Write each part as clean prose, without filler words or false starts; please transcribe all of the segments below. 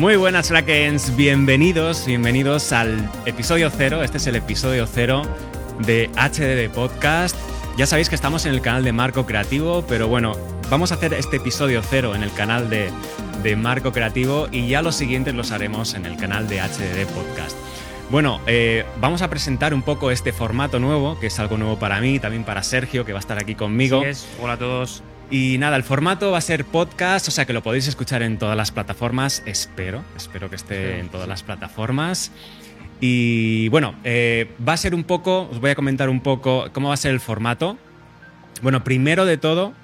Muy buenas, Slackens, bienvenidos al episodio 0. Este es el episodio 0 de HDD Podcast. Ya sabéis que estamos en el canal de Marco Creativo, pero bueno, vamos a hacer este episodio 0 en el canal de Marco Creativo y ya los siguientes los haremos en el canal de HDD Podcast. Bueno, vamos a presentar un poco este formato nuevo, que es algo nuevo para mí, también para Sergio, que va a estar aquí conmigo. Así es. Hola a todos. Y nada, el formato va a ser podcast, o sea que lo podéis escuchar en todas las plataformas, espero que esté en todas las plataformas. Y bueno, va a ser un poco, os voy a comentar un poco cómo va a ser el formato. Bueno, primero de todo,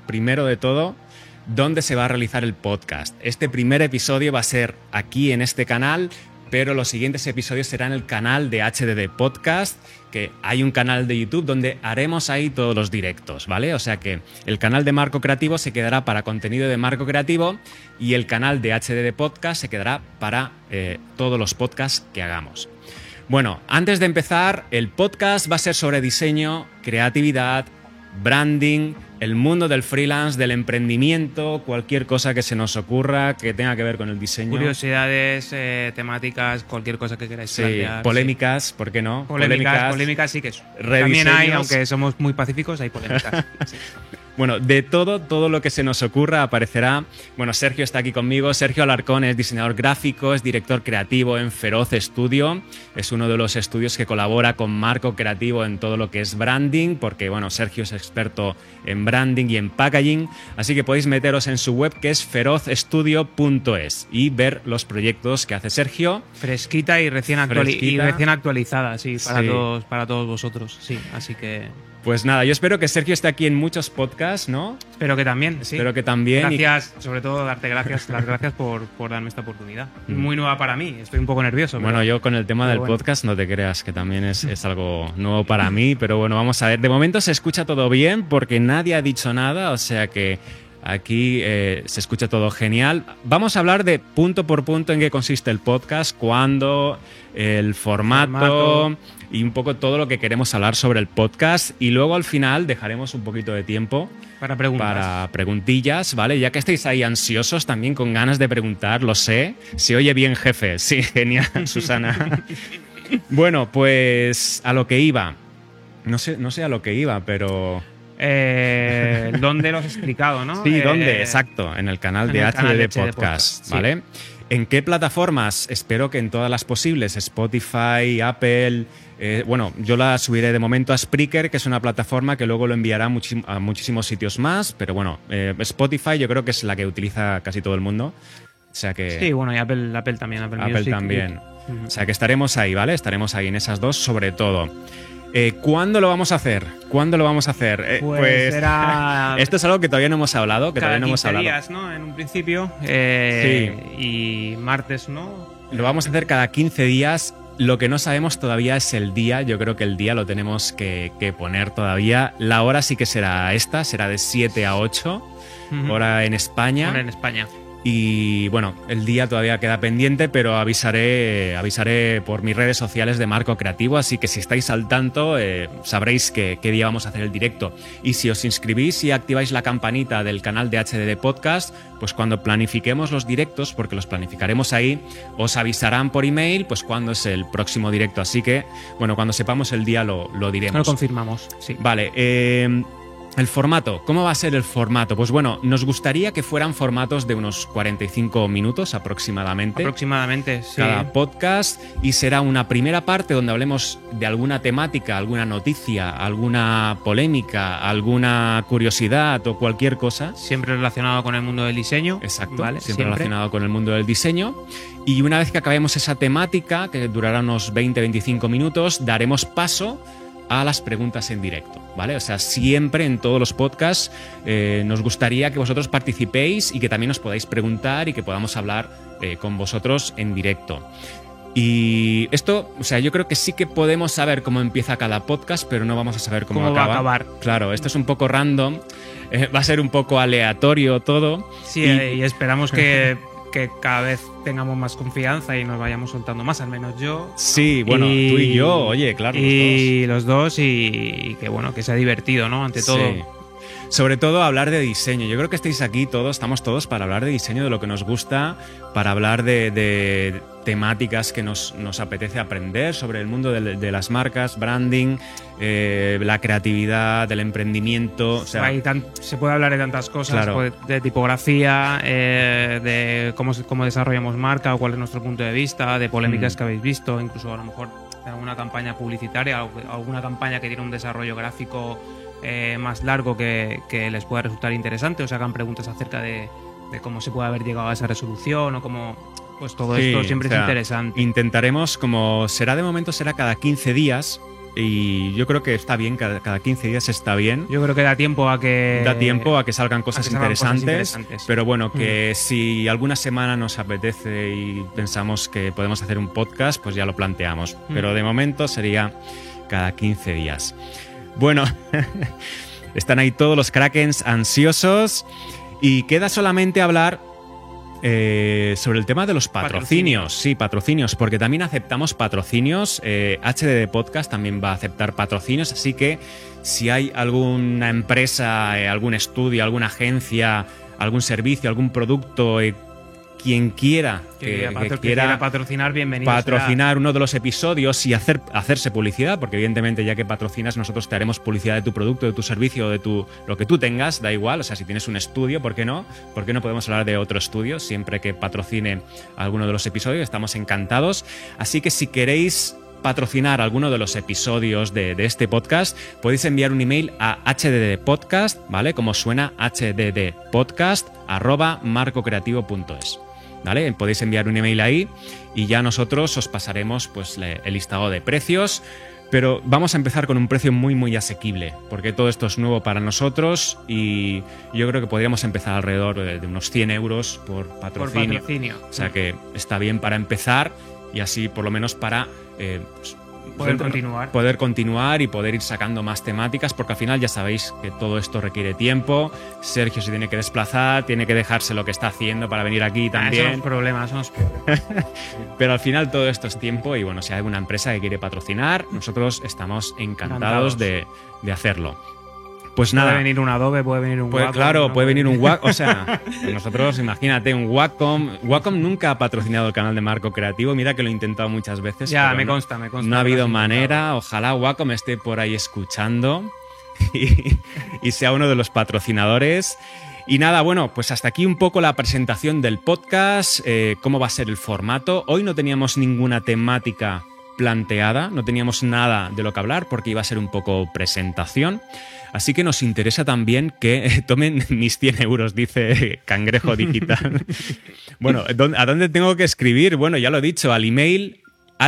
¿dónde se va a realizar el podcast? Este primer episodio va a ser aquí en este canal, pero los siguientes episodios serán en el canal de HDD Podcast, que hay un canal de YouTube donde haremos ahí todos los directos, ¿vale? O sea que el canal de Marco Creativo se quedará para contenido de Marco Creativo y el canal de HDD Podcast se quedará para todos los podcasts que hagamos. Bueno, antes de empezar, el podcast va a ser sobre diseño, creatividad, branding, el mundo del freelance, del emprendimiento, cualquier cosa que se nos ocurra que tenga que ver con el diseño. Curiosidades, temáticas, cualquier cosa que queráis plantear. Polémicas, sí. ¿Por qué no? Polémicas sí que también hay, aunque somos muy pacíficos, hay polémicas. Sí. Bueno, de todo lo que se nos ocurra aparecerá. Bueno, Sergio está aquí conmigo. Sergio Alarcón es diseñador gráfico, es director creativo en Feroz Studio. Es uno de los estudios que colabora con Marco Creativo en todo lo que es branding, porque bueno, Sergio es experto en branding y en packaging. Así que podéis meteros en su web, que es ferozstudio.es, y ver los proyectos que hace Sergio. Fresquita y recién actualizada, sí, para todos vosotros. Sí, así que... Pues nada, yo espero que Sergio esté aquí en muchos podcasts, ¿no? Espero que también, sí. Espero que también. Gracias, sobre todo darte las gracias por darme esta oportunidad. Muy nueva para mí, estoy un poco nervioso. Bueno, yo con el tema del podcast no te creas, que también es algo nuevo para mí, pero bueno, vamos a ver. De momento se escucha todo bien porque nadie ha dicho nada, o sea que aquí se escucha todo genial. Vamos a hablar de punto por punto en qué consiste el podcast, cuándo, el formato y un poco todo lo que queremos hablar sobre el podcast, y luego al final dejaremos un poquito de tiempo para preguntillas, ¿vale? Ya que estáis ahí ansiosos también, con ganas de preguntar, lo sé. Se oye bien, jefe. Sí, genial, Susana. Bueno, pues a lo que iba. No sé a lo que iba, pero... ¿Dónde lo has explicado, no? Sí, ¿dónde? Exacto, en el canal de HDD Podcast, ¿vale? Sí. ¿En qué plataformas? Espero que en todas las posibles, Spotify, Apple... bueno, yo la subiré de momento a Spreaker, que es una plataforma que luego lo enviará a muchísimos sitios más, pero bueno, Spotify yo creo que es la que utiliza casi todo el mundo. O sea que... Sí, bueno, y Apple también. Apple Music también. O sea que estaremos ahí, ¿vale? Estaremos ahí en esas dos sobre todo. ¿Cuándo lo vamos a hacer? Pues era... Esto es algo que todavía no hemos hablado. Cada 15 días, ¿no? En un principio. Sí. Y martes, ¿no? Lo vamos a hacer cada 15 días. Lo que no sabemos todavía es el día. Yo creo que el día lo tenemos que poner todavía. La hora sí que será será de 7 a 8, hora en España. Hora en España. Y bueno, el día todavía queda pendiente, pero avisaré por mis redes sociales de Marco Creativo, así que si estáis al tanto sabréis qué día vamos a hacer el directo. Y si os inscribís y activáis la campanita del canal de HDD Podcast, pues cuando planifiquemos los directos, porque los planificaremos ahí, os avisarán por email pues cuándo es el próximo directo. Así que, bueno, cuando sepamos el día lo diremos. Lo confirmamos, sí. Vale, el formato, ¿cómo va a ser el formato? Pues bueno, nos gustaría que fueran formatos de unos 45 minutos aproximadamente. Aproximadamente, sí. Cada podcast, y será una primera parte donde hablemos de alguna temática, alguna noticia, alguna polémica, alguna curiosidad o cualquier cosa. Siempre relacionado con el mundo del diseño. Exacto, ¿vale? Siempre relacionado con el mundo del diseño. Y una vez que acabemos esa temática, que durará unos 20-25 minutos, daremos paso a las preguntas en directo, ¿vale? O sea, siempre en todos los podcasts nos gustaría que vosotros participéis y que también os podáis preguntar y que podamos hablar con vosotros en directo. Y esto, o sea, yo creo que sí que podemos saber cómo empieza cada podcast, pero no vamos a saber cómo acaba. Va a acabar. Claro, esto es un poco random, va a ser un poco aleatorio todo. Sí, y esperamos que cada vez tengamos más confianza y nos vayamos soltando más, al menos yo. Sí, bueno, tú y yo, oye, claro, los dos, y que bueno, que sea divertido, ¿no? Ante todo. Sobre todo hablar de diseño. Yo creo que estáis aquí todos, estamos todos para hablar de diseño, de lo que nos gusta, para hablar de temáticas que nos apetece aprender sobre el mundo de las marcas, branding, la creatividad, del emprendimiento. O sea, se puede hablar de tantas cosas, claro, de tipografía, de cómo desarrollamos marca o cuál es nuestro punto de vista, de polémicas que habéis visto, incluso a lo mejor alguna campaña publicitaria, alguna campaña que tiene un desarrollo gráfico más largo que les pueda resultar interesante, o se hagan preguntas acerca de cómo se puede haber llegado a esa resolución o cómo, pues todo esto siempre es interesante. Intentaremos, como será de momento, será cada 15 días. Y yo creo que está bien, cada 15 días está bien. Yo creo que da tiempo a que salgan cosas interesantes. Pero bueno, que si alguna semana nos apetece y pensamos que podemos hacer un podcast, pues ya lo planteamos. Pero de momento sería cada 15 días. Bueno, están ahí todos los Krakens ansiosos y queda solamente hablar sobre el tema de los patrocinios. Sí, patrocinios, porque también aceptamos patrocinios. HDD Podcast también va a aceptar patrocinios, así que si hay alguna empresa, algún estudio, alguna agencia, algún servicio, algún producto, quien quiera que quiera patrocinar, bienvenido. Patrocinar uno de los episodios y hacerse publicidad, porque evidentemente ya que patrocinas nosotros te haremos publicidad de tu producto, de tu servicio, de lo que tú tengas, da igual. O sea, si tienes un estudio, ¿por qué no? ¿Por qué no podemos hablar de otro estudio? Siempre que patrocine alguno de los episodios estamos encantados. Así que si queréis patrocinar alguno de los episodios de este podcast, podéis enviar un email a hddpodcast, ¿vale? Como suena, hddpodcast@marcocreativo.es. ¿Vale? Podéis enviar un email ahí y ya nosotros os pasaremos pues el listado de precios, pero vamos a empezar con un precio muy muy asequible, porque todo esto es nuevo para nosotros y yo creo que podríamos empezar alrededor de unos 100 euros por patrocinio. O sea que está bien para empezar y así por lo menos para poder continuar y poder ir sacando más temáticas, porque al final ya sabéis que todo esto requiere tiempo. Sergio se tiene que desplazar, tiene que dejarse lo que está haciendo para venir aquí también. Son los problemas. Pero al final todo esto es tiempo y bueno, si hay alguna empresa que quiere patrocinar, nosotros estamos encantados de hacerlo. Pues nada. Puede venir un Adobe, puede venir un Wacom. Claro, puede venir un Wacom. O sea, nosotros, imagínate, un Wacom. Wacom nunca ha patrocinado el canal de Marco Creativo. Mira que lo he intentado muchas veces. Ya, me consta. No ha habido manera. Ojalá Wacom esté por ahí escuchando y sea uno de los patrocinadores. Y nada, bueno, pues hasta aquí un poco la presentación del podcast, cómo va a ser el formato. Hoy no teníamos ninguna temática planteada, no teníamos nada de lo que hablar porque iba a ser un poco presentación. Así que nos interesa también que tomen mis 100 euros, dice Cangrejo Digital. Bueno, ¿a dónde tengo que escribir? Bueno, ya lo he dicho, al email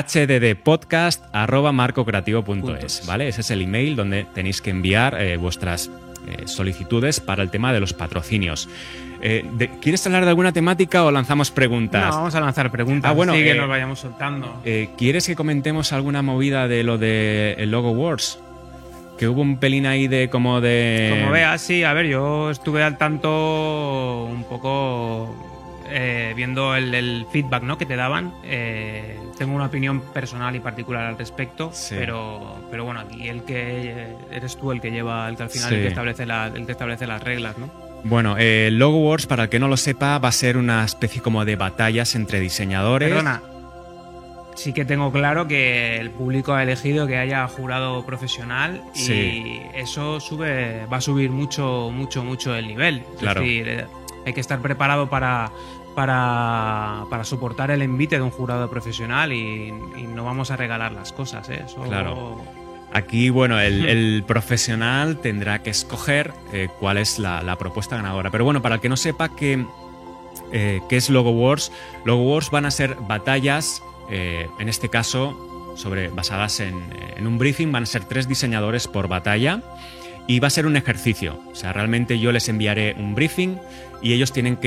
hddpodcast@marcocreativo.es, ¿vale? Ese es el email donde tenéis que enviar vuestras solicitudes para el tema de los patrocinios. ¿Quieres hablar de alguna temática o lanzamos preguntas? No, vamos a lanzar preguntas, bueno, así que nos vayamos soltando. ¿Quieres que comentemos alguna movida de lo de el Logo Wars? Que hubo un pelín ahí como veas, sí. A ver, yo estuve al tanto un poco viendo el feedback, ¿no?, que te daban. Tengo una opinión personal y particular al respecto, sí. pero bueno, aquí eres tú el que lleva, el que al final sí. el que establece las reglas, ¿no? Bueno, Logo Wars, para el que no lo sepa, va a ser una especie como de batallas entre diseñadores. Perdona. Sí que tengo claro que el público ha elegido que haya jurado profesional y sí. Eso va a subir mucho el nivel. Claro. Es decir, hay que estar preparado para soportar el envite de un jurado profesional y no vamos a regalar las cosas, ¿eh? Eso... Claro. Aquí, bueno, el profesional tendrá que escoger cuál es la propuesta ganadora. Pero bueno, para el que no sepa qué es Logo Wars van a ser batallas. En este caso, basadas en un briefing, van a ser 3 diseñadores por batalla y va a ser un ejercicio. O sea, realmente yo les enviaré un briefing y ellos tienen que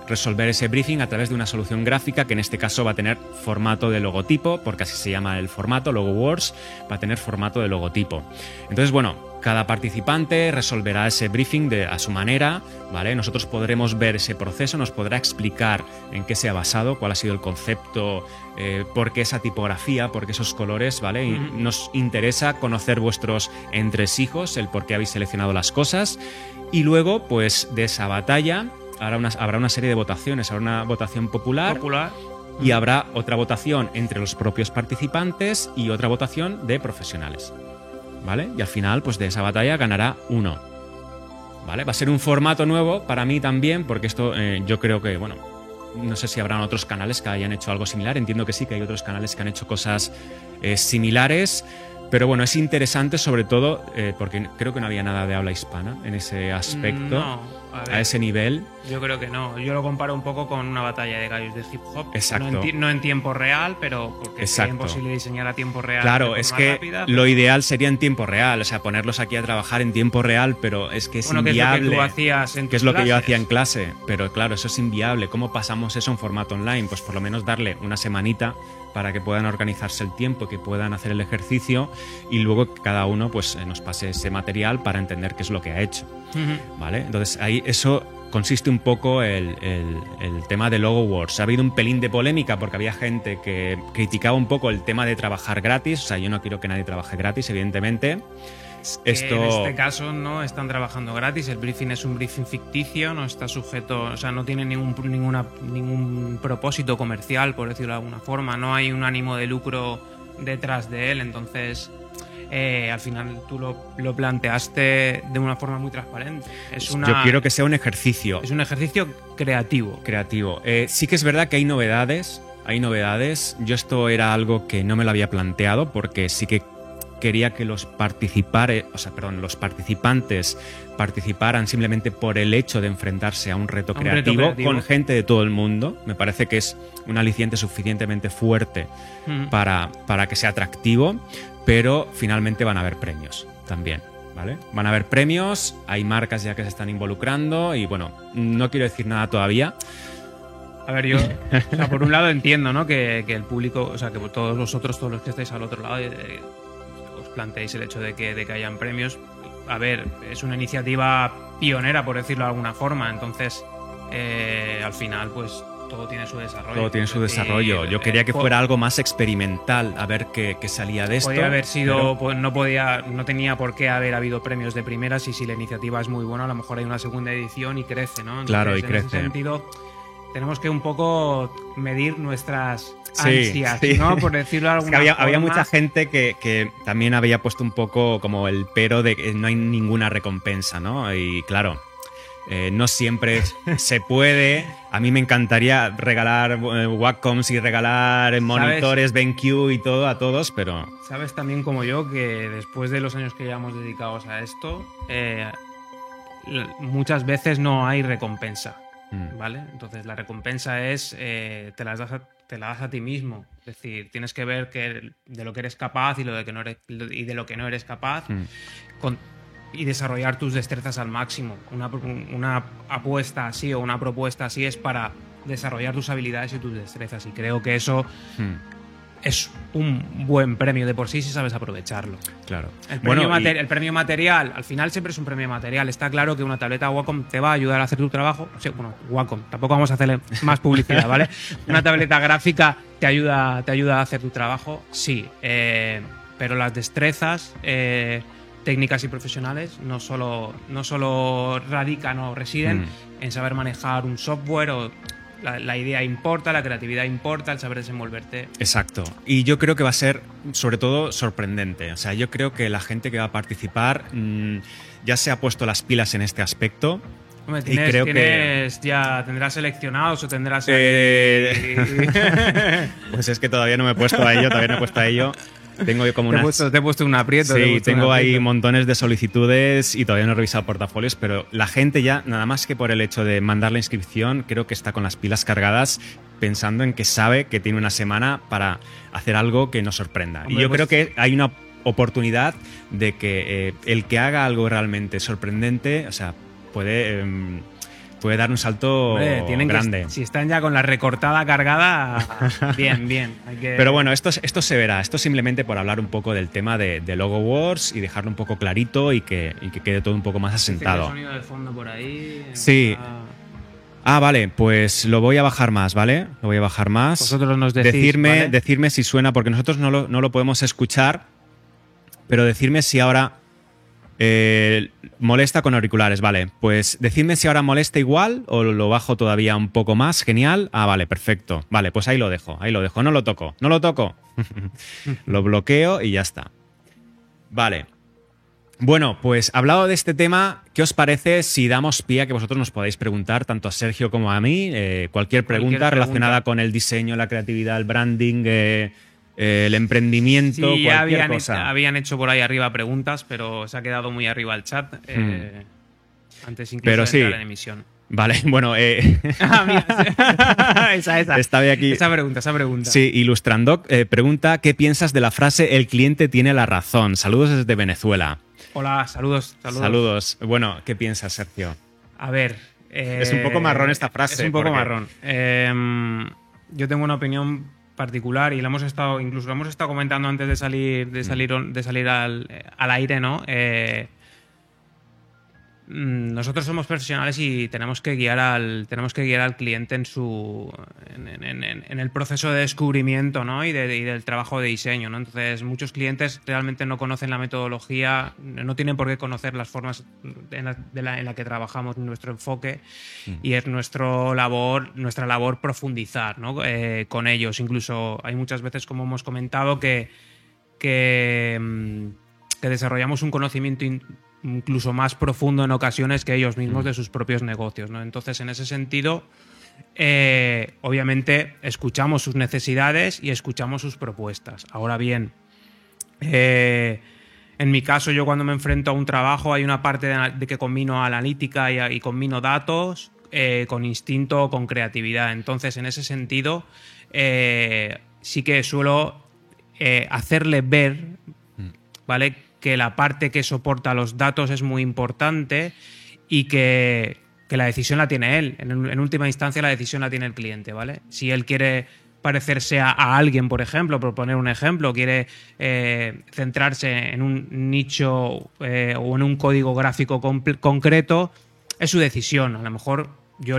resolver ese briefing a través de una solución gráfica que en este caso va a tener formato de logotipo, porque así se llama el formato, LogoWorks, va a tener formato de logotipo. Entonces, bueno, cada participante resolverá ese briefing a su manera, ¿vale? Nosotros podremos ver ese proceso, nos podrá explicar en qué se ha basado, cuál ha sido el concepto, por qué esa tipografía, por qué esos colores, ¿vale? Y nos interesa conocer vuestros entresijos, el por qué habéis seleccionado las cosas. Y luego, pues, de esa batalla habrá una serie de votaciones, habrá una votación popular. Y habrá otra votación entre los propios participantes y otra votación de profesionales, ¿vale? Y al final, pues de esa batalla ganará uno, ¿vale? Va a ser un formato nuevo para mí también, porque esto yo creo que, bueno, no sé si habrán otros canales que hayan hecho algo similar. Entiendo que sí, que hay otros canales que han hecho cosas similares. Pero bueno, es interesante sobre todo porque creo que no había nada de habla hispana en ese aspecto, No, a ese nivel. Yo creo que no. Yo lo comparo un poco con una batalla de gallos de hip hop. Exacto. No en tiempo real, pero porque sería imposible diseñar a tiempo real. Claro, es que rápida, lo ideal sería en tiempo real, o sea, ponerlos aquí a trabajar en tiempo real, pero es que es inviable. Que es lo que tú hacías en que es lo clases. Que yo hacía en clase, pero claro, eso es inviable. ¿Cómo pasamos eso en formato online? Pues por lo menos darle una semanita para que puedan organizarse el tiempo, que puedan hacer el ejercicio y luego que cada uno pues nos pase ese material para entender qué es lo que ha hecho, ¿vale? Entonces ahí eso consiste un poco el tema de LogoWorks. Ha habido un pelín de polémica porque había gente que criticaba un poco el tema de trabajar gratis. O sea, yo no quiero que nadie trabaje gratis, evidentemente. En este caso no están trabajando gratis, el briefing es un briefing ficticio, no está sujeto, o sea, no tiene ningún propósito comercial, por decirlo de alguna forma, no hay un ánimo de lucro detrás de él, entonces al final tú lo planteaste de una forma muy transparente. Yo quiero que sea un ejercicio. Es un ejercicio creativo. Sí que es verdad que hay novedades. Yo esto era algo que no me lo había planteado porque sí que quería que los participantes participaran simplemente por el hecho de enfrentarse a un reto creativo con gente de todo el mundo. Me parece que es un aliciente suficientemente fuerte para que sea atractivo, pero finalmente van a haber premios también, ¿vale? Van a haber premios, hay marcas ya que se están involucrando y bueno, no quiero decir nada todavía. A ver, yo, o sea, por un lado entiendo, ¿no? que el público, o sea, que todos los que estáis al otro lado, planteéis el hecho de que hayan premios. A ver, es una iniciativa pionera, por decirlo de alguna forma, entonces al final pues todo tiene su desarrollo. Yo quería que fuera algo más experimental, a ver qué salía de esto. Podría haber sido, pues no tenía por qué haber habido premios de primeras y si la iniciativa es muy buena, a lo mejor hay una segunda edición y crece, ¿no? Entonces, claro, y crece. En ese sentido, tenemos que un poco medir nuestras ansias, sí. ¿no? Por decirlo de alguna forma. Había mucha gente que también había puesto un poco como el pero de que no hay ninguna recompensa, ¿no? Y claro, no siempre se puede. A mí me encantaría regalar Waccoms y regalar monitores BenQ y todo a todos, pero... Sabes también como yo que después de los años que llevamos dedicados a esto, muchas veces no hay recompensa. ¿Vale? Entonces la recompensa es te la das a ti mismo, es decir, tienes que ver de lo que eres capaz y de lo que no eres capaz y desarrollar tus destrezas al máximo. Una apuesta así o una propuesta así es para desarrollar tus habilidades y tus destrezas y creo que eso es un buen premio de por sí si sabes aprovecharlo. Claro. El premio material, al final siempre es un premio material. Está claro que una tableta Wacom te va a ayudar a hacer tu trabajo. Sí, bueno, Wacom, tampoco vamos a hacerle más publicidad, ¿vale? Una tableta gráfica te ayuda a hacer tu trabajo, sí. Pero las destrezas técnicas y profesionales no solo radican o residen en saber manejar un software o... La idea importa, la creatividad importa, el saber desenvolverte. Exacto. Y yo creo que va a ser, sobre todo, sorprendente. O sea, yo creo que la gente que va a participar ya se ha puesto las pilas en este aspecto. Hombre, ya tendrás seleccionados o tendrás... Pues es que todavía no me he puesto a ello, Tengo como te he puesto un aprieto. Sí, tengo ahí montones de solicitudes y todavía no he revisado portafolios, pero la gente ya, nada más que por el hecho de mandar la inscripción, creo que está con las pilas cargadas pensando en que sabe que tiene una semana para hacer algo que nos sorprenda. Hombre, y yo creo que hay una oportunidad de que el que haga algo realmente sorprendente, o sea, puede puede dar un salto grande. Si están ya con la recortada cargada, bien. Pero bueno, esto se verá. Esto simplemente por hablar un poco del tema de Logo Wars y dejarlo un poco clarito y que quede todo un poco más asentado. El sonido de fondo por ahí. Sí. Vale, pues lo voy a bajar más, ¿vale? Lo voy a bajar más. Vosotros nos decís, Decirme si suena, porque nosotros no lo podemos escuchar, pero decirme si ahora molesta con auriculares, vale. Pues decidme si ahora molesta igual o lo bajo todavía un poco más, genial. Vale, perfecto. Vale, pues ahí lo dejo, no lo toco. Lo bloqueo y ya está. Vale. Bueno, pues hablado de este tema, ¿qué os parece si damos pie a que vosotros nos podáis preguntar, tanto a Sergio como a mí, cualquier pregunta relacionada con el diseño, la creatividad, el branding, el emprendimiento, sí, cualquier cosa? Habían hecho por ahí arriba preguntas, pero se ha quedado muy arriba el chat. Antes incluso de entrar en emisión. Vale, bueno. Mira, esa. Estaba aquí. Esa pregunta. Sí, Ilustrandoc pregunta: ¿qué piensas de la frase "el cliente tiene la razón"? Saludos desde Venezuela. Hola, saludos. Bueno, ¿qué piensas, Sergio? A ver. Es un poco marrón esta frase. Es un poco marrón. Yo tengo una opinión particular y lo hemos estado comentando antes de salir al aire, ¿no? Nosotros somos profesionales y tenemos que guiar al cliente en el proceso de descubrimiento, ¿no? y del trabajo de diseño, ¿no? Entonces, muchos clientes realmente no conocen la metodología, no tienen por qué conocer las formas en la que trabajamos, nuestro enfoque, y es nuestra labor profundizar, ¿no? Con ellos. Incluso hay muchas veces, como hemos comentado, que desarrollamos un conocimiento incluso más profundo en ocasiones que ellos mismos de sus propios negocios, ¿no? Entonces, en ese sentido, obviamente escuchamos sus necesidades y escuchamos sus propuestas. Ahora bien, en mi caso, yo cuando me enfrento a un trabajo hay una parte de que combino analítica y combino datos con instinto, con creatividad. Entonces, en ese sentido, sí que suelo hacerle ver, ¿vale?, que la parte que soporta los datos es muy importante y que la decisión la tiene él. En última instancia, la decisión la tiene el cliente, ¿vale? Si él quiere parecerse a alguien, por ejemplo, por poner un ejemplo, quiere centrarse en un nicho o en un código gráfico concreto, es su decisión. A lo mejor yo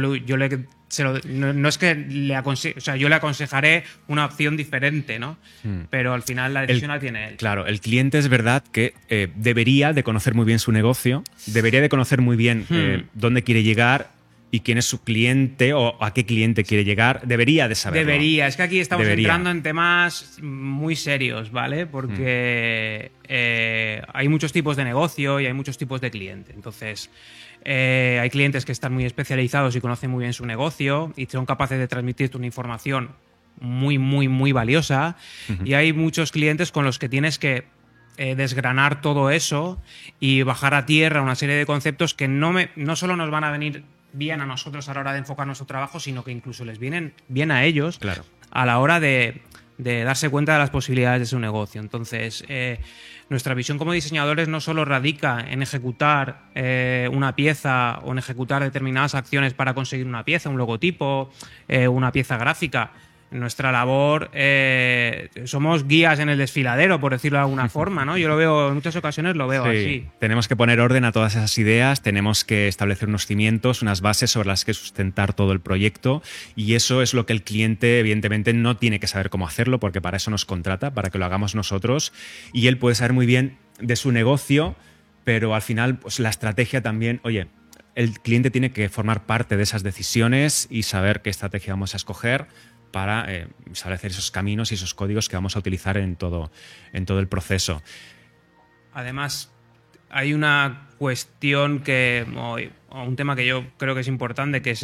no es que le aconseje, o sea, yo le aconsejaré una opción diferente, ¿no? Pero al final la decisión la tiene él. Claro, el cliente es verdad que debería de conocer muy bien su negocio, debería de conocer muy bien dónde quiere llegar y quién es su cliente o a qué cliente quiere llegar. Debería de saberlo. Es que aquí estamos entrando en temas muy serios, ¿vale? Porque hay muchos tipos de negocio y hay muchos tipos de cliente. Entonces, hay clientes que están muy especializados y conocen muy bien su negocio y son capaces de transmitirte una información muy, muy, muy valiosa. Y hay muchos clientes con los que tienes que desgranar todo eso y bajar a tierra una serie de conceptos que no solo nos van a venir bien a nosotros a la hora de enfocar nuestro trabajo, sino que incluso les vienen bien a ellos a la hora de darse cuenta de las posibilidades de su negocio. Entonces, nuestra visión como diseñadores no solo radica en ejecutar una pieza o en ejecutar determinadas acciones para conseguir una pieza, un logotipo, una pieza gráfica. Nuestra labor, somos guías en el desfiladero, por decirlo de alguna forma, ¿no? Yo lo veo, en muchas ocasiones lo veo así. Tenemos que poner orden a todas esas ideas, tenemos que establecer unos cimientos, unas bases sobre las que sustentar todo el proyecto, y eso es lo que el cliente, evidentemente, no tiene que saber cómo hacerlo, porque para eso nos contrata, para que lo hagamos nosotros, y él puede saber muy bien de su negocio, pero al final, pues la estrategia también, oye, el cliente tiene que formar parte de esas decisiones y saber qué estrategia vamos a escoger para establecer esos caminos y esos códigos que vamos a utilizar en todo el proceso. Además, hay una cuestión o un tema que yo creo que es importante, que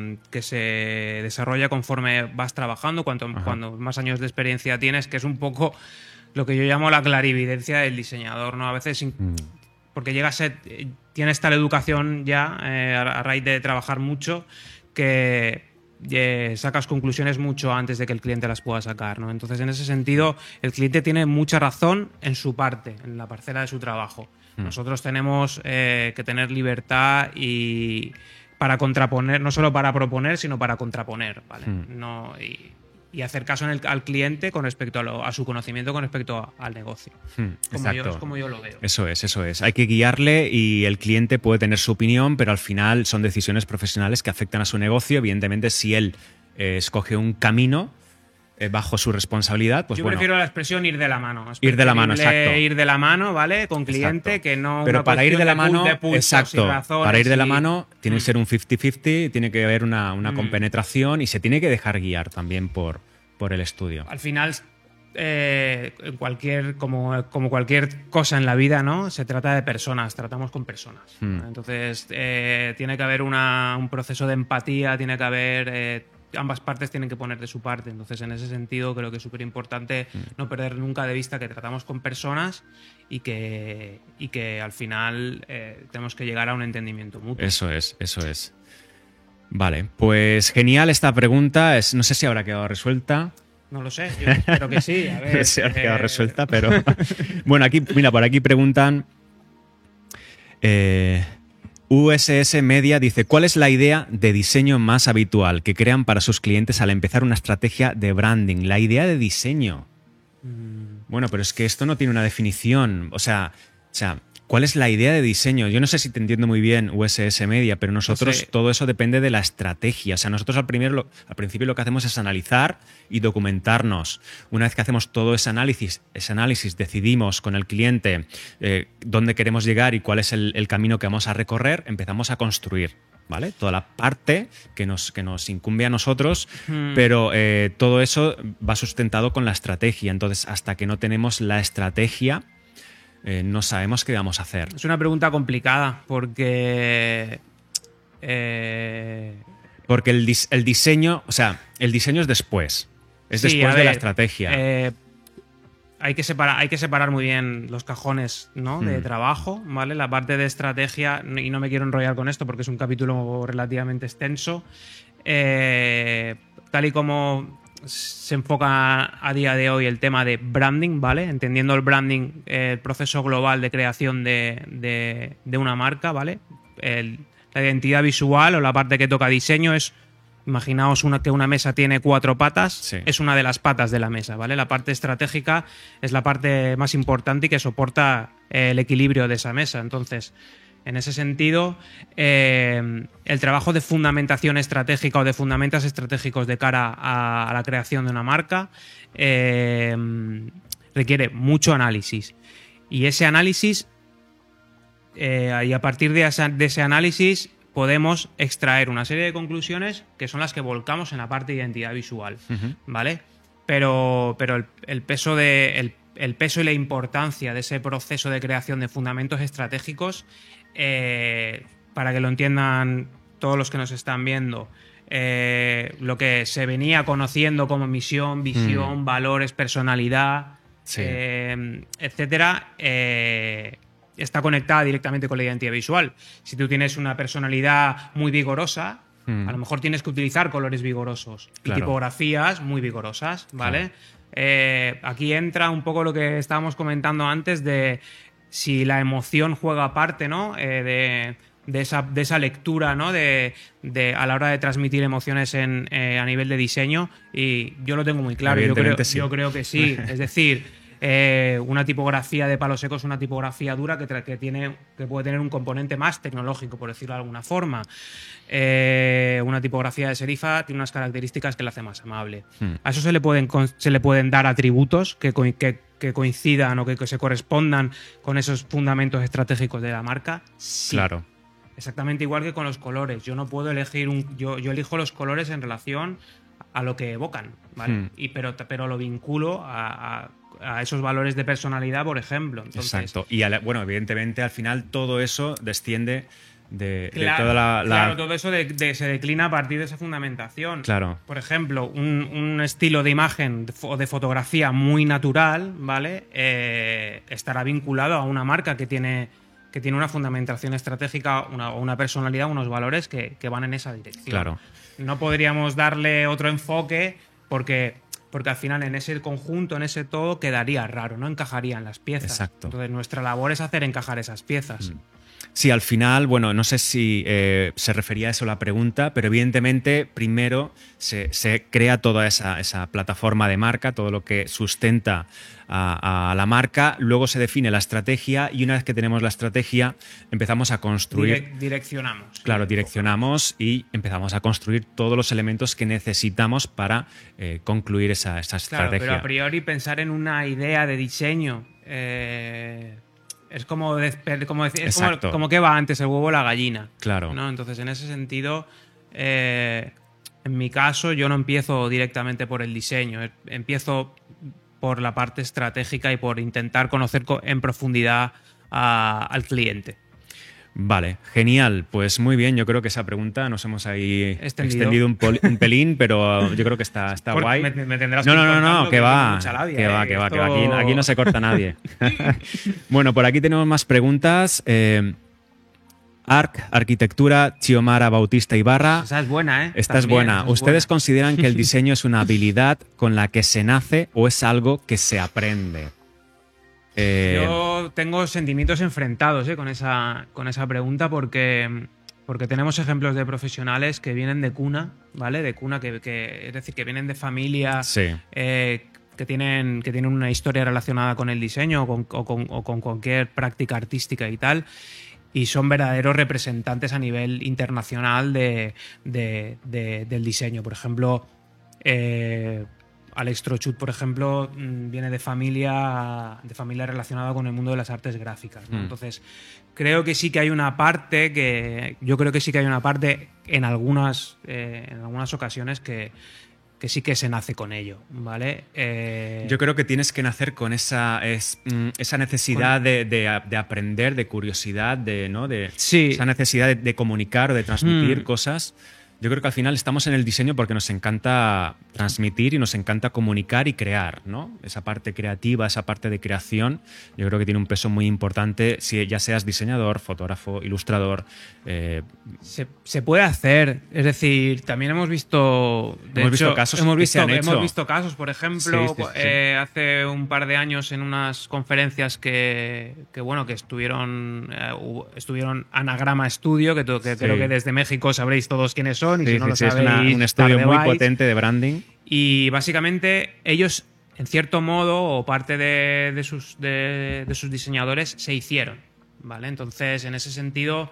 se desarrolla conforme vas trabajando, cuando más años de experiencia tienes, que es un poco lo que yo llamo la clarividencia del diseñador, ¿no? A veces, porque tienes tal educación ya a raíz de trabajar mucho, que sacas conclusiones mucho antes de que el cliente las pueda sacar, ¿no? Entonces, en ese sentido, el cliente tiene mucha razón en su parte, en la parcela de su trabajo. Nosotros tenemos que tener libertad para contraponer, no solo para proponer, sino para contraponer, ¿vale? No, y hacer caso al cliente con respecto a su conocimiento con respecto al negocio. Exacto. Es como yo lo veo. Eso es. Hay que guiarle y el cliente puede tener su opinión, pero al final son decisiones profesionales que afectan a su negocio. Evidentemente, si él escoge un camino bajo su responsabilidad, pues yo bueno. prefiero la expresión ir de la mano. Ir de la mano, exacto. Ir de la mano, ¿vale? Con cliente, exacto. que no. Pero para ir de la mano, exacto. Para ir de la y... mano tiene que ser un 50-50, tiene que haber una compenetración y se tiene que dejar guiar también por el estudio. Al final, como cualquier cosa en la vida, ¿no? Se trata de personas, tratamos con personas. Entonces, tiene que haber un proceso de empatía, tiene que haber. Ambas partes tienen que poner de su parte. Entonces, en ese sentido, creo que es súper importante no perder nunca de vista que tratamos con personas y que al final tenemos que llegar a un entendimiento mutuo. Eso es. Vale, pues genial esta pregunta. No sé si habrá quedado resuelta. No lo sé, yo espero que sí. A ver, no sé si habrá quedado resuelta, pero... Bueno, aquí, mira, por aquí preguntan... USS Media dice, ¿cuál es la idea de diseño más habitual que crean para sus clientes al empezar una estrategia de branding? La idea de diseño. Bueno, pero es que esto no tiene una definición. O sea, ¿cuál es la idea de diseño? Yo no sé si te entiendo muy bien, USS Media, pero nosotros no sé. Todo eso depende de la estrategia. O sea, nosotros al principio lo que hacemos es analizar y documentarnos. Una vez que hacemos todo ese análisis decidimos con el cliente dónde queremos llegar y cuál es el camino que vamos a recorrer, empezamos a construir, ¿vale? Toda la parte que nos incumbe a nosotros, pero todo eso va sustentado con la estrategia. Entonces, hasta que no tenemos la estrategia... no sabemos qué vamos a hacer. Es una pregunta complicada porque... Porque el diseño, o sea, el diseño es después. Es después de la estrategia. Hay que separar muy bien los cajones, ¿no? De trabajo, ¿vale? La parte de estrategia, y no me quiero enrollar con esto porque es un capítulo relativamente extenso. Tal y como se enfoca a día de hoy el tema de branding, ¿vale? Entendiendo el branding, el proceso global de creación de una marca, ¿vale? La identidad visual o la parte que toca diseño es, imaginaos que una mesa tiene 4 patas, Sí. es una de las patas de la mesa, ¿vale? La parte estratégica es la parte más importante y que soporta el equilibrio de esa mesa. Entonces, en ese sentido, el trabajo de fundamentación estratégica o de fundamentos estratégicos de cara a la creación de una marca requiere mucho análisis. Y ese análisis, y a partir de ese análisis, podemos extraer una serie de conclusiones que son las que volcamos en la parte de identidad visual, ¿vale? Pero el peso el peso y la importancia de ese proceso de creación de fundamentos estratégicos, para que lo entiendan todos los que nos están viendo, lo que se venía conociendo como misión, visión, valores, personalidad, Sí. etcétera, está conectada directamente con la identidad visual. Si tú tienes una personalidad muy vigorosa, a lo mejor tienes que utilizar colores vigorosos y Claro. tipografías muy vigorosas, ¿vale? Aquí entra un poco lo que estábamos comentando antes de si la emoción juega parte, ¿no? De esa lectura, ¿no? A la hora de transmitir emociones a nivel de diseño, y yo lo tengo muy claro. Evidentemente sí. Yo creo que sí. Es decir, una tipografía de palo seco es una tipografía dura que puede tener un componente más tecnológico, por decirlo de alguna forma. Una tipografía de serifa tiene unas características que la hace más amable. A eso se le pueden dar atributos que coincidan o que se correspondan con esos fundamentos estratégicos de la marca. Sí. Claro. Exactamente igual que con los colores. Yo no puedo elegir yo elijo los colores en relación a lo que evocan, ¿vale? Pero lo vinculo a esos valores de personalidad, por ejemplo. Entonces, exacto. Y bueno, evidentemente al final todo eso desciende de claro, toda la... Claro, todo eso se declina a partir de esa fundamentación. Claro. Por ejemplo, un estilo de imagen o de fotografía muy natural, ¿vale? Estará vinculado a una marca que tiene una fundamentación estratégica, una personalidad, unos valores que van en esa dirección. Claro. No podríamos darle otro enfoque porque al final en ese conjunto, en ese todo, quedaría raro, no encajarían las piezas. Exacto. Entonces nuestra labor es hacer encajar esas piezas. Sí, al final, bueno, no sé si se refería a eso la pregunta, pero evidentemente primero se crea toda esa plataforma de marca, todo lo que sustenta a la marca, luego se define la estrategia y una vez que tenemos la estrategia empezamos a construir... Direccionamos. Claro, direccionamos y empezamos a construir todos los elementos que necesitamos para concluir esa estrategia. Claro, pero a priori pensar en una idea de diseño... es como decir, es como que va antes el huevo o la gallina. Claro. ¿no? Entonces, en ese sentido, en mi caso, yo no empiezo directamente por el diseño. Empiezo por la parte estratégica y por intentar conocer en profundidad al cliente. Vale, genial. Pues muy bien, yo creo que esa pregunta nos hemos ahí extendido un pelín, pero yo creo que está guay. Me tendrás No, que va. Aquí no se corta nadie. Bueno, por aquí tenemos más preguntas. Arquitectura, Chiomara Bautista Ibarra. Esa es buena, ¿eh? Esta es buena. ¿Ustedes consideran que el diseño es una habilidad con la que se nace o es algo que se aprende? Yo tengo sentimientos enfrentados con esa pregunta porque tenemos ejemplos de profesionales que vienen de cuna, ¿vale? De cuna, es decir, que vienen de familia, sí. Que tienen una historia relacionada con el diseño o con cualquier práctica artística y tal, y son verdaderos representantes a nivel internacional del diseño. Por ejemplo, Alex Trochut, por ejemplo, viene de familia relacionada con el mundo de las artes gráficas, ¿no? Entonces, creo que sí que hay una parte en algunas ocasiones que sí que se nace con ello, ¿vale? Yo creo que tienes que nacer con esa necesidad de aprender, de curiosidad, sí. Esa necesidad de comunicar o de transmitir cosas. Yo creo que al final estamos en el diseño porque nos encanta transmitir y nos encanta comunicar y crear, ¿no? Esa parte creativa, esa parte de creación, yo creo que tiene un peso muy importante, si ya seas diseñador, fotógrafo, ilustrador. Se puede hacer, es decir, también hemos visto casos, hemos visto casos, por ejemplo, sí. Hace un par de años en unas conferencias que estuvieron Anagrama Studio, que creo que desde México sabréis todos quiénes son. Y si no lo sabéis, es un estudio muy potente de branding. Y básicamente ellos, en cierto modo, o parte de sus diseñadores, se hicieron, ¿vale? Entonces, en ese sentido,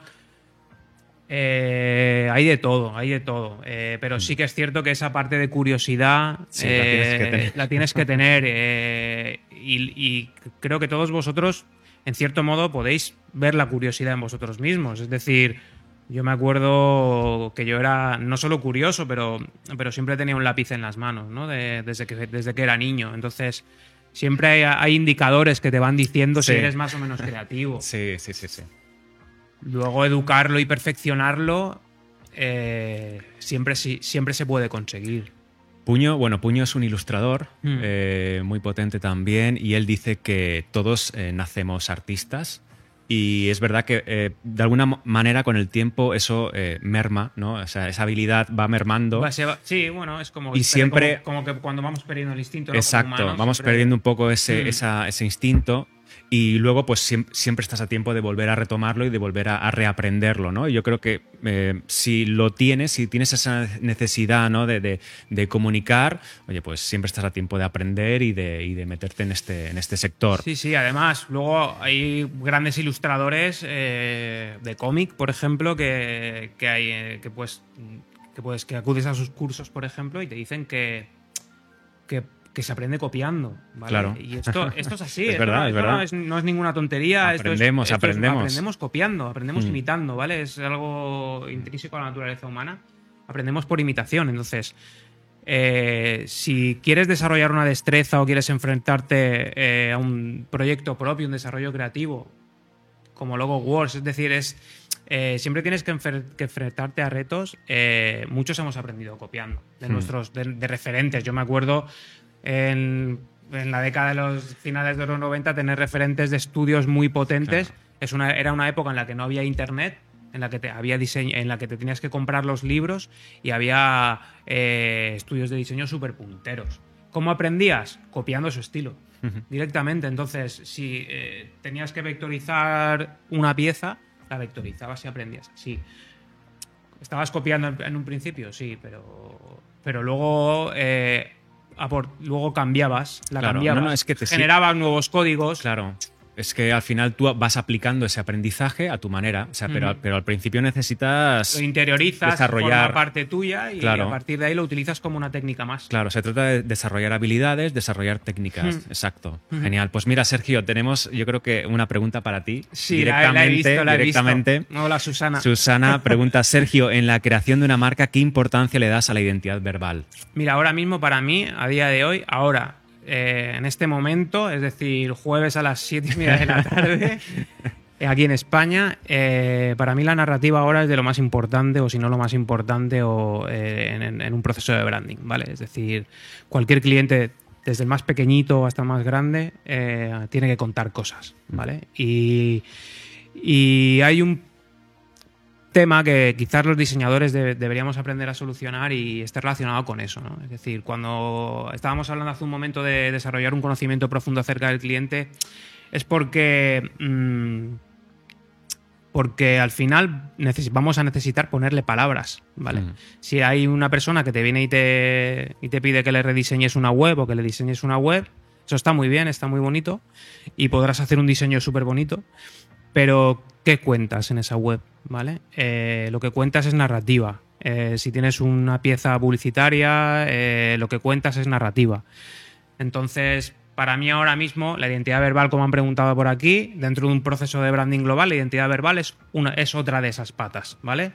hay de todo. Pero sí que es cierto que esa parte de curiosidad la tienes que tener. Y creo que todos vosotros, en cierto modo, podéis ver la curiosidad en vosotros mismos. Es decir, yo me acuerdo que yo era no solo curioso, pero siempre tenía un lápiz en las manos, ¿no? Desde que era niño. Entonces, siempre hay indicadores que te van diciendo si eres más o menos creativo. Sí. Luego, educarlo y perfeccionarlo siempre se puede conseguir. Puño es un ilustrador muy potente también, y él dice que todos nacemos artistas. Y es verdad que de alguna manera con el tiempo eso merma, ¿no? O sea, esa habilidad va mermando. Sí, bueno, es como, y siempre, como que cuando vamos perdiendo el instinto, ¿no? Exacto, como humanos, vamos perdiendo un poco ese instinto. Y luego, pues siempre estás a tiempo de volver a retomarlo y de volver a reaprenderlo, ¿no? Y yo creo que si tienes esa necesidad, ¿no? de comunicar, oye, pues siempre estás a tiempo de aprender y de meterte en este sector. Sí, además, luego hay grandes ilustradores de cómic, por ejemplo, que acudes a sus cursos, por ejemplo, y te dicen que se aprende copiando, ¿vale? Claro. Y esto es así. Es verdad. No es ninguna tontería. Aprendemos. Aprendemos copiando, aprendemos imitando, ¿vale? Es algo intrínseco a la naturaleza humana. Aprendemos por imitación. Entonces, si quieres desarrollar una destreza o quieres enfrentarte a un proyecto propio, un desarrollo creativo, como Logo Wars, es decir, siempre tienes que enfrentarte a retos. Muchos hemos aprendido copiando de referentes. Yo me acuerdo en la década de los finales de los 90 tener referentes de estudios muy potentes. Claro. Era una época en la que no había internet, en la que había diseño, en la que te tenías que comprar los libros y había estudios de diseño súper punteros. ¿Cómo aprendías? Copiando su estilo directamente. Entonces, si tenías que vectorizar una pieza, La vectorizabas y aprendías. Sí. ¿Estabas copiando en un principio? Sí, pero luego, luego cambiabas. Cambiabas. No, es que generabas nuevos códigos. Claro. Es que al final tú vas aplicando ese aprendizaje a tu manera, o sea, pero al principio necesitas lo interiorizas, desarrollar, forma parte tuya y a partir de ahí lo utilizas como una técnica más. Claro, se trata de desarrollar habilidades, desarrollar técnicas. Exacto. Genial. Pues mira, Sergio, tenemos yo creo que una pregunta para ti. Sí, directamente. La he visto. Hola, Susana. Susana pregunta, Sergio, en la creación de una marca, ¿qué importancia le das a la identidad verbal? Mira, ahora mismo para mí, a día de hoy, en este momento, es decir, jueves a las 7:30 de la tarde, aquí en España, para mí la narrativa ahora es de lo más importante, o si no lo más importante, en un proceso de branding, ¿vale? Es decir, cualquier cliente, desde el más pequeñito hasta el más grande, tiene que contar cosas, ¿vale? Y hay un tema que quizás los diseñadores deberíamos aprender a solucionar y esté relacionado con eso, ¿no? Es decir, cuando estábamos hablando hace un momento de desarrollar un conocimiento profundo acerca del cliente, es porque al final vamos a necesitar ponerle palabras, ¿vale? Si hay una persona que te viene y te pide que le rediseñes una web o que le diseñes una web, eso está muy bien, está muy bonito y podrás hacer un diseño súper bonito, pero ¿qué cuentas en esa web? ¿Vale? Lo que cuentas es narrativa. Si tienes una pieza publicitaria, lo que cuentas es narrativa. Entonces, para mí ahora mismo, la identidad verbal, como han preguntado por aquí, dentro de un proceso de branding global, la identidad verbal es otra de esas patas, ¿vale?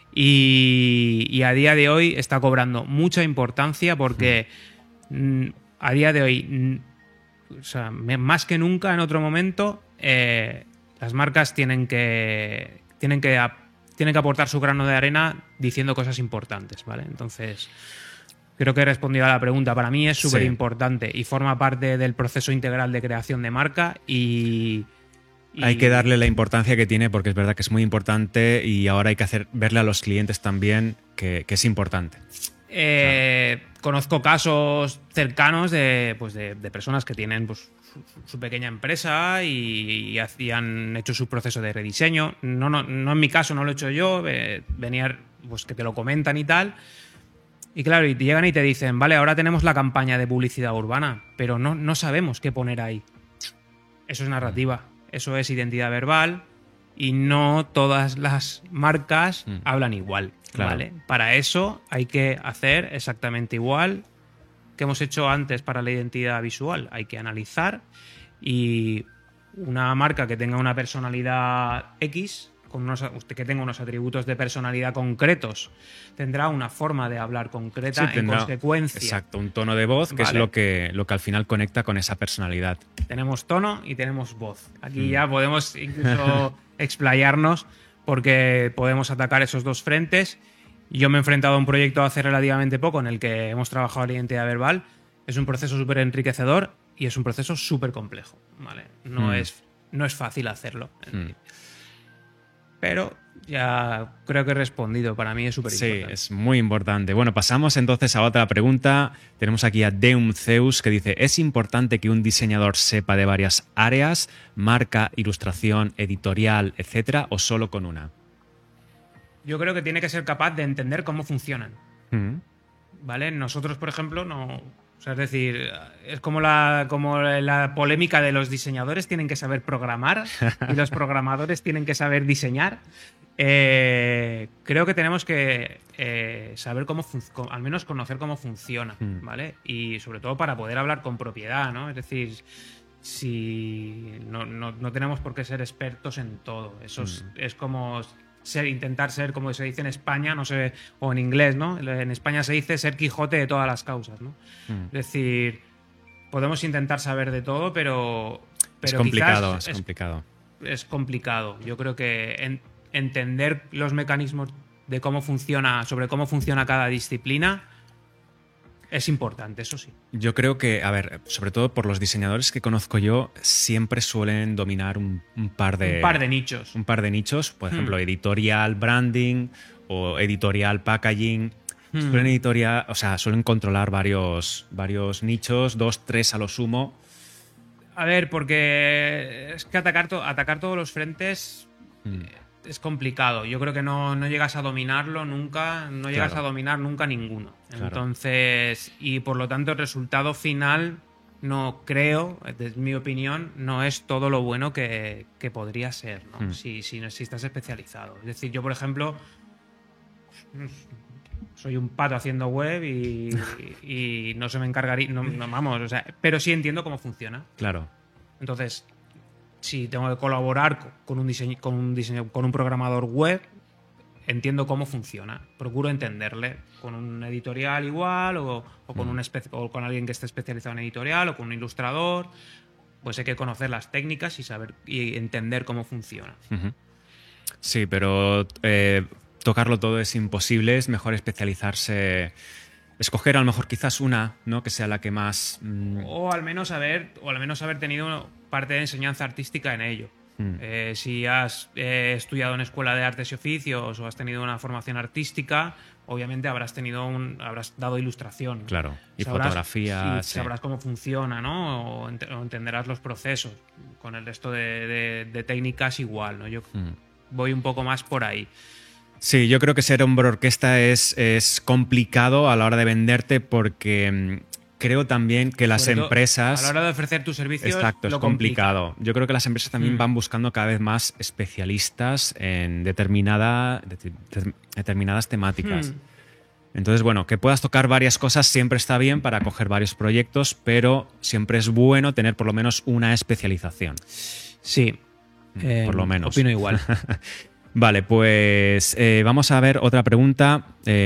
Y a día de hoy está cobrando mucha importancia porque a día de hoy, o sea, más que nunca en otro momento, las marcas tienen que aportar su grano de arena diciendo cosas importantes, ¿vale? Entonces, creo que he respondido a la pregunta. Para mí es súper importante y forma parte del proceso integral de creación de marca y hay que darle la importancia que tiene porque es verdad que es muy importante y ahora hay que verle a los clientes también que es importante. Conozco casos cercanos de personas que tienen su pequeña empresa y han hecho su proceso de rediseño. No en mi caso, no lo he hecho yo, venía pues que te lo comentan y tal. Y claro, y te llegan y te dicen, vale, ahora tenemos la campaña de publicidad urbana, pero no sabemos qué poner ahí. Eso es narrativa, eso es identidad verbal y no todas las marcas hablan igual. Claro. ¿Vale? Para eso hay que hacer exactamente igual que hemos hecho antes para la identidad visual. Hay que analizar y una marca que tenga una personalidad X, que tenga unos atributos de personalidad concretos, tendrá una forma de hablar concreta en consecuencia. Exacto, un tono de voz que es lo que al final conecta con esa personalidad. Tenemos tono y tenemos voz. Aquí ya podemos incluso explayarnos porque podemos atacar esos dos frentes. Yo me he enfrentado a un proyecto hace relativamente poco en el que hemos trabajado la identidad verbal. Es un proceso súper enriquecedor y es un proceso súper complejo, ¿vale? No es fácil hacerlo. Pero ya creo que he respondido. Para mí es súper importante. Sí, es muy importante. Bueno, pasamos entonces a otra pregunta. Tenemos aquí a Deum Zeus que dice, ¿es importante que un diseñador sepa de varias áreas, marca, ilustración, editorial, etcétera, o solo con una? Yo creo que tiene que ser capaz de entender cómo funcionan. ¿Vale? Nosotros, por ejemplo, no... O sea, es decir, es como la polémica de los diseñadores tienen que saber programar y los programadores tienen que saber diseñar. Creo que tenemos que saber al menos conocer cómo funciona, ¿vale? Y sobre todo para poder hablar con propiedad, ¿no? Es decir, si no tenemos por qué ser expertos en todo. Eso es como intentar ser, como se dice en España, no sé, o en inglés, ¿no? En España se dice ser Quijote de todas las causas, ¿no? Es decir, podemos intentar saber de todo, pero es complicado, es complicado. Es complicado. Yo creo que entender los mecanismos de cómo funciona, sobre cómo funciona cada disciplina, es importante, eso sí. Yo creo que, a ver, sobre todo por los diseñadores que conozco yo, siempre suelen dominar un par de nichos. Un par de nichos, por ejemplo, editorial branding o editorial packaging. Suelen controlar varios nichos, 2, 3 a lo sumo. A ver, porque es que atacar todos los frentes es complicado. Yo creo que no llegas a dominarlo nunca, no llegas a dominar nunca ninguno. Claro. Entonces, y por lo tanto el resultado final no creo, desde mi opinión, no es todo lo bueno que podría ser, ¿no? Si estás especializado. Es decir, yo, por ejemplo, soy un pato haciendo web y no se me encargaría, vamos, o sea, pero sí entiendo cómo funciona. Claro. Entonces, si tengo que colaborar con un programador web, entiendo cómo funciona. Procuro entenderle con un editorial igual o con alguien que esté especializado en editorial o con un ilustrador. Pues hay que conocer las técnicas y saber y entender cómo funciona. Sí, pero tocarlo todo es imposible. Es mejor especializarse. Escoger a lo mejor quizás una, ¿no? Que sea la que más... O al menos haber tenido parte de enseñanza artística en ello. Si has estudiado en escuela de artes y oficios o has tenido una formación artística, obviamente habrás dado ilustración. Claro, y fotografía. Sabrás cómo funciona, ¿no? O entenderás los procesos. Con el resto de técnicas igual, ¿no? Yo voy un poco más por ahí. Sí, yo creo que ser hombro orquesta es complicado a la hora de venderte porque creo también que las empresas... A la hora de ofrecer tus servicios... Exacto, es complicado. Yo creo que las empresas también van buscando cada vez más especialistas en determinadas temáticas. Entonces, bueno, que puedas tocar varias cosas siempre está bien para coger varios proyectos, pero siempre es bueno tener por lo menos una especialización. Sí, por lo menos. Opino igual. Vale, pues vamos a ver otra pregunta.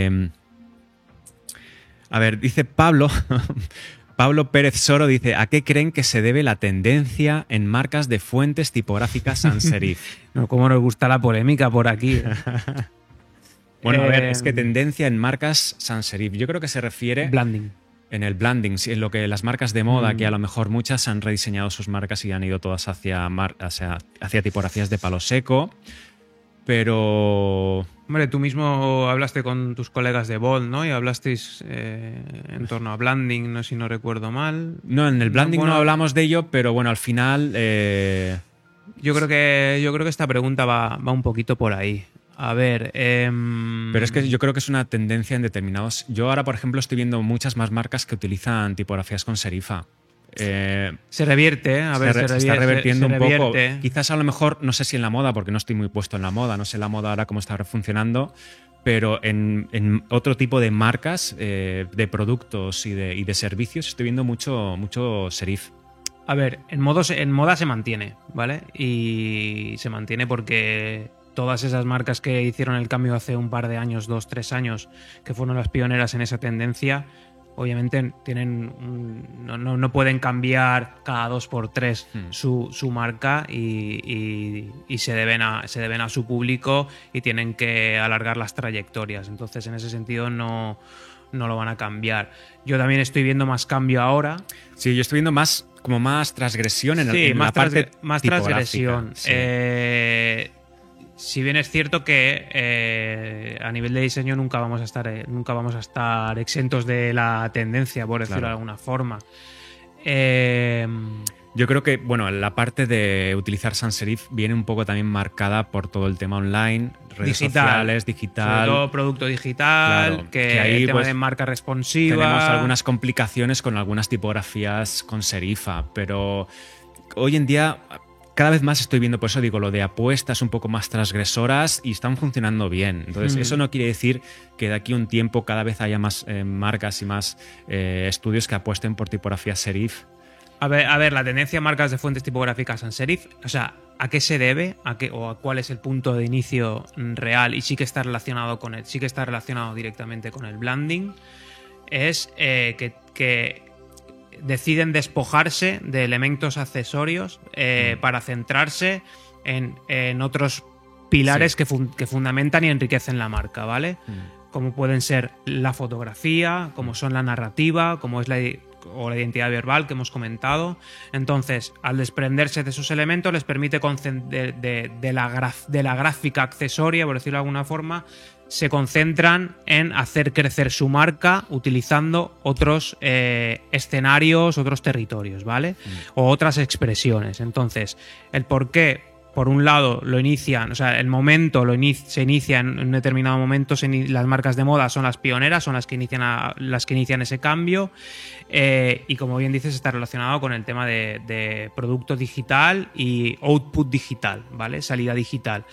A ver, dice Pablo Pérez Soro, dice: ¿a qué creen que se debe la tendencia en marcas de fuentes tipográficas sans serif? No, cómo nos gusta la polémica por aquí. Bueno, a ver, es que tendencia en marcas sans serif. Yo creo que se refiere... Blending. En el blending, en lo que las marcas de moda, que a lo mejor muchas han rediseñado sus marcas y han ido todas hacia tipografías de palo seco. Pero... Hombre, tú mismo hablaste con tus colegas de Bold, ¿no? Y hablasteis en torno a blending, no sé si no recuerdo mal. No, en el blending no hablamos de ello, pero bueno, al final... Yo creo que esta pregunta va un poquito por ahí. A ver... Pero es que yo creo que es una tendencia en determinados... Yo ahora, por ejemplo, estoy viendo muchas más marcas que utilizan tipografías con serifa. Se revierte, se está revirtiendo un poco. Quizás a lo mejor, no sé si en la moda, porque no estoy muy puesto en la moda, no sé la moda ahora cómo está funcionando, pero en otro tipo de marcas, de productos y de servicios, estoy viendo mucho serif. A ver, en moda se mantiene, ¿vale? Y se mantiene porque todas esas marcas que hicieron el cambio hace un par de años, 2, 3 años, que fueron las pioneras en esa tendencia, obviamente no pueden cambiar cada 2x3 su marca y se deben a su público y tienen que alargar las trayectorias. Entonces, en ese sentido, no lo van a cambiar. Yo también estoy viendo más cambio ahora. Sí, yo estoy viendo más transgresión en la parte más transgresión. Sí. Si bien es cierto que a nivel de diseño nunca vamos a estar exentos de la tendencia, por decirlo de alguna forma. Yo creo que, bueno, la parte de utilizar sans serif viene un poco también marcada por todo el tema online, redes sociales, digital. Sobre todo producto digital, claro, que ahí, el tema de marca responsiva. Tenemos algunas complicaciones con algunas tipografías con serifa, pero hoy en día... Cada vez más estoy viendo, por eso digo, lo de apuestas un poco más transgresoras y están funcionando bien. Entonces, eso no quiere decir que de aquí a un tiempo cada vez haya más marcas y más estudios que apuesten por tipografía serif. A ver, la tendencia a marcas de fuentes tipográficas en serif, o sea, ¿a qué se debe? ¿O a cuál es el punto de inicio real? Y sí que está relacionado directamente con el blending. Es que deciden despojarse de elementos accesorios para centrarse en otros pilares que fundamentan y enriquecen la marca, ¿vale? Como pueden ser la fotografía, como son la narrativa, como es la identidad verbal que hemos comentado. Entonces, al desprenderse de esos elementos, les permite de la gráfica accesoria, por decirlo de alguna forma, se concentran en hacer crecer su marca utilizando otros escenarios, otros territorios, ¿vale? O otras expresiones. Entonces, ¿el por qué por un lado, lo inician, o sea, el momento se inicia en un determinado momento, las marcas de moda son las pioneras, son las que inician ese cambio, y como bien dices, está relacionado con el tema de producto digital y output digital, ¿vale? Salida digital.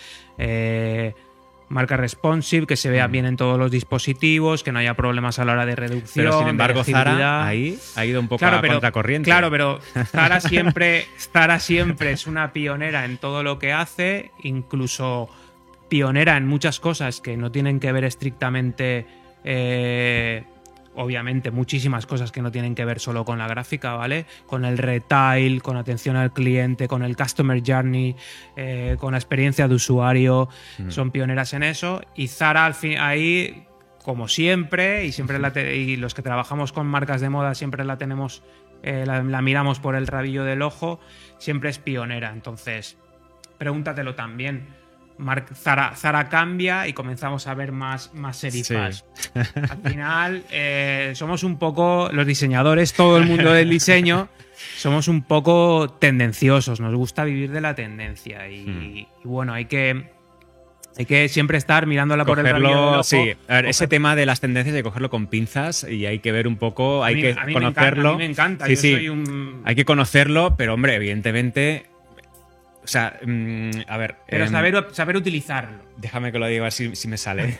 Marca responsive, que se vea bien en todos los dispositivos, que no haya problemas a la hora de reducción. Pero sin embargo, Zara ahí ha ido un poco a contracorriente. Claro, pero Zara siempre es una pionera en todo lo que hace, incluso pionera en muchas cosas que no tienen que ver estrictamente. Obviamente, muchísimas cosas que no tienen que ver solo con la gráfica, ¿vale? Con el retail, con atención al cliente, con el customer journey, con la experiencia de usuario. Son pioneras en eso. Y Zara, al fin, ahí, como siempre, y los que trabajamos con marcas de moda siempre la tenemos, la miramos por el rabillo del ojo, siempre es pionera. Entonces, pregúntatelo también. Zara cambia y comenzamos a ver más serifas. Sí. Al final, somos un poco, los diseñadores, todo el mundo del diseño, somos un poco tendenciosos, nos gusta vivir de la tendencia y bueno, hay que siempre estar mirándola por el rabillo del ojo. Sí, a ver, ese tema de las tendencias hay que cogerlo con pinzas y hay que ver un poco, hay que conocerlo. A mí me encanta, sí, yo soy un... Hay que conocerlo, pero hombre, evidentemente... O sea, a ver... Pero saber utilizarlo. Déjame que lo diga a ver si me sale.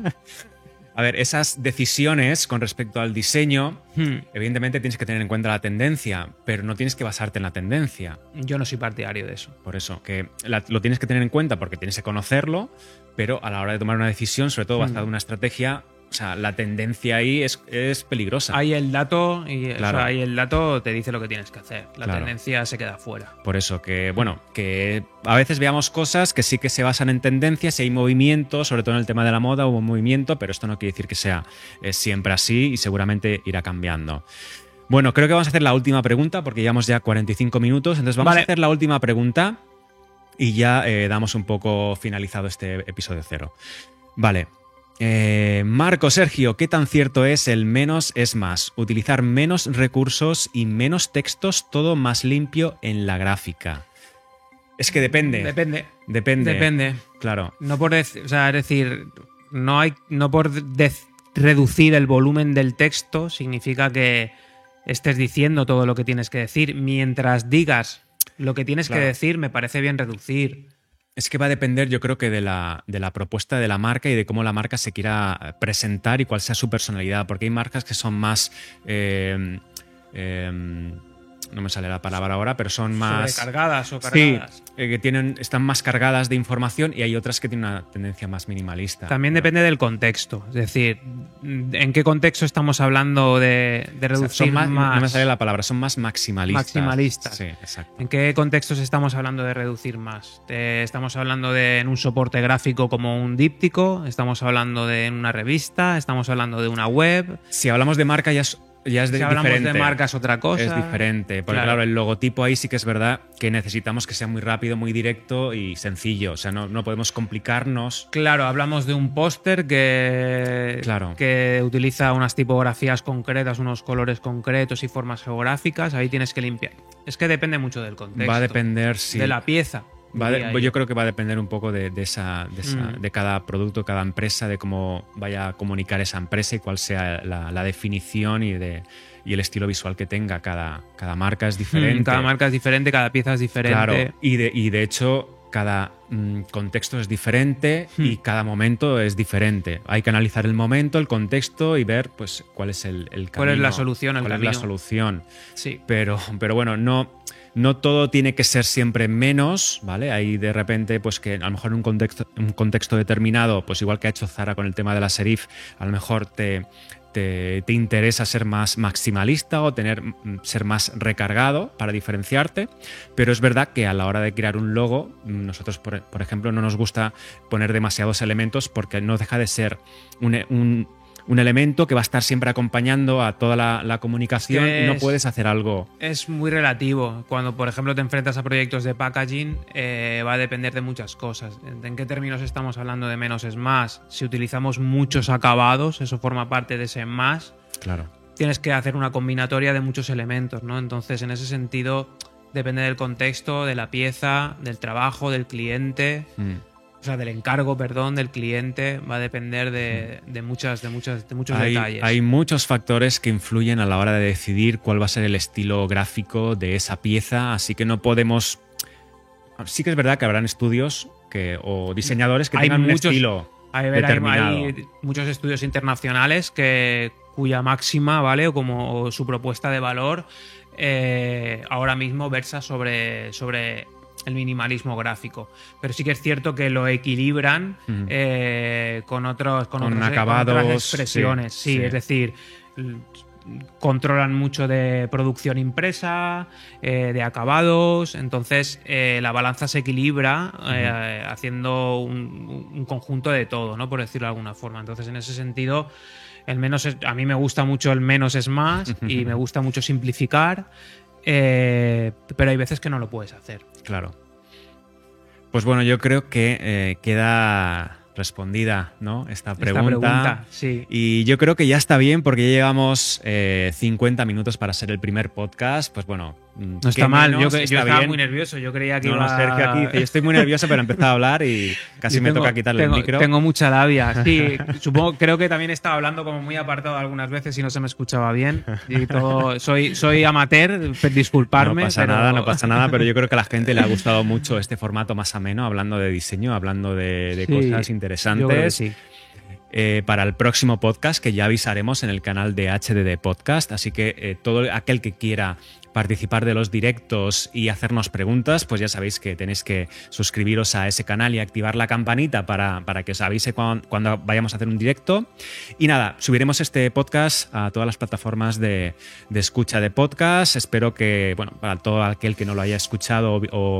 A ver, esas decisiones con respecto al diseño, evidentemente tienes que tener en cuenta la tendencia, pero no tienes que basarte en la tendencia. Yo no soy partidario de eso. Por eso, que lo tienes que tener en cuenta porque tienes que conocerlo, pero a la hora de tomar una decisión, sobre todo basada en una estrategia... O sea, la tendencia ahí es peligrosa. Ahí el dato ahí el dato te dice lo que tienes que hacer. La tendencia se queda fuera. Por eso que, bueno, que a veces veamos cosas que sí que se basan en tendencias y hay movimiento, sobre todo en el tema de la moda hubo movimiento, pero esto no quiere decir que sea siempre así y seguramente irá cambiando. Bueno, creo que vamos a hacer la última pregunta porque llevamos ya 45 minutos, entonces vamos a hacer la última pregunta y ya damos un poco finalizado este episodio 0. Vale. Marco, Sergio, ¿qué tan cierto es el menos es más? Utilizar menos recursos y menos textos, todo más limpio en la gráfica. Es que depende. Depende. Claro. No por es decir, no por reducir el volumen del texto significa que estés diciendo todo lo que tienes que decir. Mientras digas lo que tienes que decir, me parece bien reducir. Es que va a depender, yo creo que de la propuesta de la marca y de cómo la marca se quiera presentar y cuál sea su personalidad. Porque hay marcas que son más... no me sale la palabra ahora, pero son más... ¿Sobrecargadas o cargadas? Sí, que están más cargadas de información y hay otras que tienen una tendencia más minimalista. También depende del contexto. Es decir, ¿en qué contexto estamos hablando de reducir más? No me sale la palabra, son más maximalistas. Maximalistas. Sí, exacto. ¿En qué contextos estamos hablando de reducir más? ¿Estamos hablando en un soporte gráfico como un díptico? ¿Estamos hablando en una revista? ¿Estamos hablando de una web? Si hablamos de marca ya es si hablamos diferente. De marcas otra cosa. Es diferente. Porque claro, el logotipo ahí sí que es verdad que necesitamos que sea muy rápido, muy directo y sencillo. O sea, no podemos complicarnos. Claro, hablamos de un póster que utiliza unas tipografías concretas, unos colores concretos y formas geográficas. Ahí tienes que limpiar. Es que depende mucho del contexto. Va a depender, sí. De la pieza. Yo creo que va a depender un poco de cada producto, cada empresa, de cómo vaya a comunicar esa empresa y cuál sea la definición y el estilo visual que tenga. Cada marca es diferente. Cada marca es diferente, cada pieza es diferente. Claro, y de hecho cada contexto es diferente y cada momento es diferente. Hay que analizar el momento, el contexto y ver pues cuál es el camino. ¿Cuál es la solución? ¿Cuál es la solución? Sí. Pero bueno, no todo tiene que ser siempre menos, ¿vale? Hay de repente, pues que a lo mejor en un contexto determinado, pues igual que ha hecho Zara con el tema de la serif, a lo mejor te interesa ser más maximalista o ser más recargado para diferenciarte, pero es verdad que a la hora de crear un logo, nosotros, por ejemplo, no nos gusta poner demasiados elementos porque no deja de ser un elemento que va a estar siempre acompañando a toda la comunicación y no puedes hacer algo. Es muy relativo. Cuando, por ejemplo, te enfrentas a proyectos de packaging, va a depender de muchas cosas. ¿En qué términos estamos hablando de menos es más? Si utilizamos muchos acabados, eso forma parte de ese más. Claro. Tienes que hacer una combinatoria de muchos elementos, ¿no? Entonces, en ese sentido, depende del contexto, de la pieza, del trabajo, del cliente. O sea, del encargo, perdón, del cliente. Va a depender de muchos detalles. Hay muchos factores que influyen a la hora de decidir cuál va a ser el estilo gráfico de esa pieza, así que no podemos... Sí que es verdad que habrán estudios o diseñadores que tengan un estilo determinado. Hay muchos estudios internacionales cuya máxima, ¿vale? O su propuesta de valor ahora mismo versa sobre el minimalismo gráfico, pero sí que es cierto que lo equilibran con acabados, otras expresiones, sí, es decir, controlan mucho de producción impresa, de acabados, entonces la balanza se equilibra haciendo un conjunto de todo, ¿no? Por decirlo de alguna forma. Entonces, en ese sentido, a mí me gusta mucho el menos es más y me gusta mucho simplificar. Pero hay veces que no lo puedes hacer. Claro. Pues bueno, yo creo que queda respondida, ¿no? Esta pregunta. Sí. Y yo creo que ya está bien porque ya llevamos 50 minutos para ser el primer podcast. Pues bueno, no está mal. Yo estaba muy nervioso. Yo creía que iba... Sergio aquí dice, yo estoy muy nervioso, pero he empezado a hablar y casi me toca quitarle el micro. Tengo mucha labia. Sí, creo que también estaba hablando como muy apartado algunas veces y no se me escuchaba bien. Y todo, soy amateur, disculparme. No pasa nada, pero yo creo que a la gente le ha gustado mucho este formato más ameno, hablando de diseño, hablando de cosas interesantes. Yo creo que sí. Para el próximo podcast, que ya avisaremos en el canal de HDD Podcast, así que todo aquel que quiera participar de los directos y hacernos preguntas, pues ya sabéis que tenéis que suscribiros a ese canal y activar la campanita para que os avise cuando vayamos a hacer un directo. Y nada, subiremos este podcast a todas las plataformas de escucha de podcast. Espero que, bueno, para todo aquel que no lo haya escuchado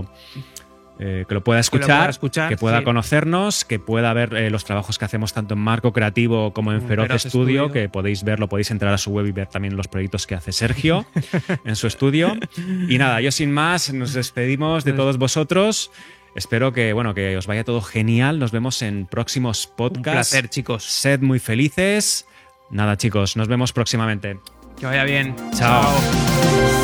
que lo pueda escuchar, que pueda conocernos, que pueda ver los trabajos que hacemos tanto en Marco Creativo como en Feroz Studio, que podéis entrar a su web y ver también los proyectos que hace Sergio en su estudio. Y nada, yo sin más, nos despedimos de todos vosotros. Espero que os vaya todo genial. Nos vemos en próximos podcasts. Un placer, chicos. Sed muy felices. Nada, chicos, nos vemos próximamente. Que vaya bien. Chao.